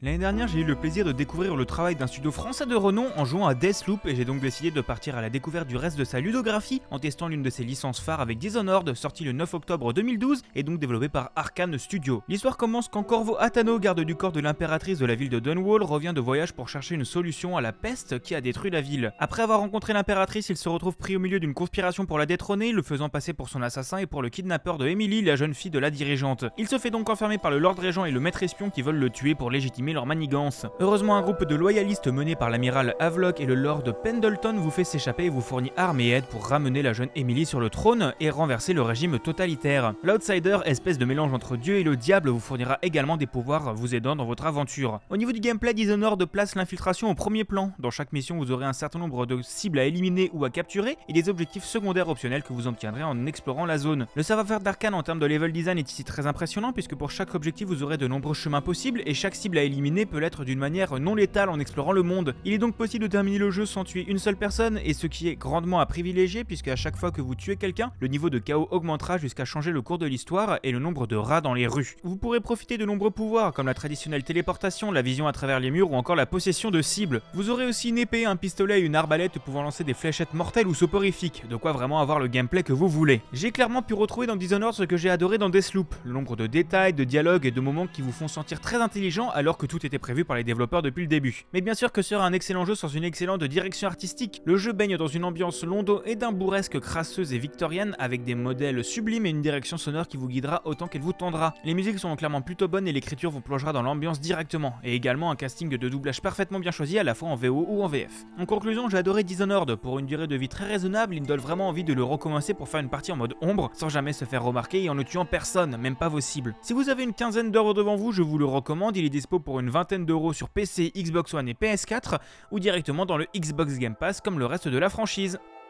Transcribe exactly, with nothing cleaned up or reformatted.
L'année dernière, j'ai eu le plaisir de découvrir le travail d'un studio français de renom en jouant à Deathloop et j'ai donc décidé de partir à la découverte du reste de sa ludographie en testant l'une de ses licences phares avec Dishonored, sorti le neuf octobre deux mille douze et donc développé par Arkane Studio. L'histoire commence quand Corvo Attano, garde du corps de l'impératrice de la ville de Dunwall, revient de voyage pour chercher une solution à la peste qui a détruit la ville. Après avoir rencontré l'impératrice, il se retrouve pris au milieu d'une conspiration pour la détrôner, le faisant passer pour son assassin et pour le kidnappeur de Emily, la jeune fille de la dirigeante. Il se fait donc enfermer par le Lord Régent et le maître espion qui veulent le tuer pour légitimer leur manigance. Heureusement, un groupe de loyalistes mené par l'amiral Havelock et le Lord Pendleton vous fait s'échapper et vous fournit armes et aide pour ramener la jeune Emily sur le trône et renverser le régime totalitaire. L'Outsider, espèce de mélange entre Dieu et le diable, vous fournira également des pouvoirs vous aidant dans votre aventure. Au niveau du gameplay, Dishonored place l'infiltration au premier plan. Dans chaque mission, vous aurez un certain nombre de cibles à éliminer ou à capturer et des objectifs secondaires optionnels que vous obtiendrez en explorant la zone. Le savoir-faire d'Arkane en termes de level design est ici très impressionnant puisque pour chaque objectif vous aurez de nombreux chemins possibles et chaque cible à éliminer peut l'être d'une manière non létale en explorant le monde. Il est donc possible de terminer le jeu sans tuer une seule personne et ce qui est grandement à privilégier puisque à chaque fois que vous tuez quelqu'un, le niveau de chaos augmentera jusqu'à changer le cours de l'histoire et le nombre de rats dans les rues. Vous pourrez profiter de nombreux pouvoirs comme la traditionnelle téléportation, la vision à travers les murs ou encore la possession de cibles. Vous aurez aussi une épée, un pistolet et une arbalète pouvant lancer des fléchettes mortelles ou soporifiques, de quoi vraiment avoir le gameplay que vous voulez. J'ai clairement pu retrouver dans Dishonored ce que j'ai adoré dans Deathloop, le nombre de détails, de dialogues et de moments qui vous font sentir très intelligent alors que tout était prévu par les développeurs depuis le début. Mais bien sûr que ce sera un excellent jeu sans une excellente direction artistique. Le jeu baigne dans une ambiance londo et d'un bourresque crasseuse et victorienne avec des modèles sublimes et une direction sonore qui vous guidera autant qu'elle vous tendra. Les musiques sont clairement plutôt bonnes et l'écriture vous plongera dans l'ambiance directement, et également un casting de doublage parfaitement bien choisi à la fois en V O ou en V F. En conclusion, j'ai adoré Dishonored. Pour une durée de vie très raisonnable, il me donne vraiment envie de le recommencer pour faire une partie en mode ombre sans jamais se faire remarquer et en ne tuant personne, même pas vos cibles. Si vous avez une quinzaine d'heures devant vous, je vous le recommande, il est dispo pour une vingtaine d'euros sur P C, Xbox One et P S quatre ou directement dans le Xbox Game Pass comme le reste de la franchise.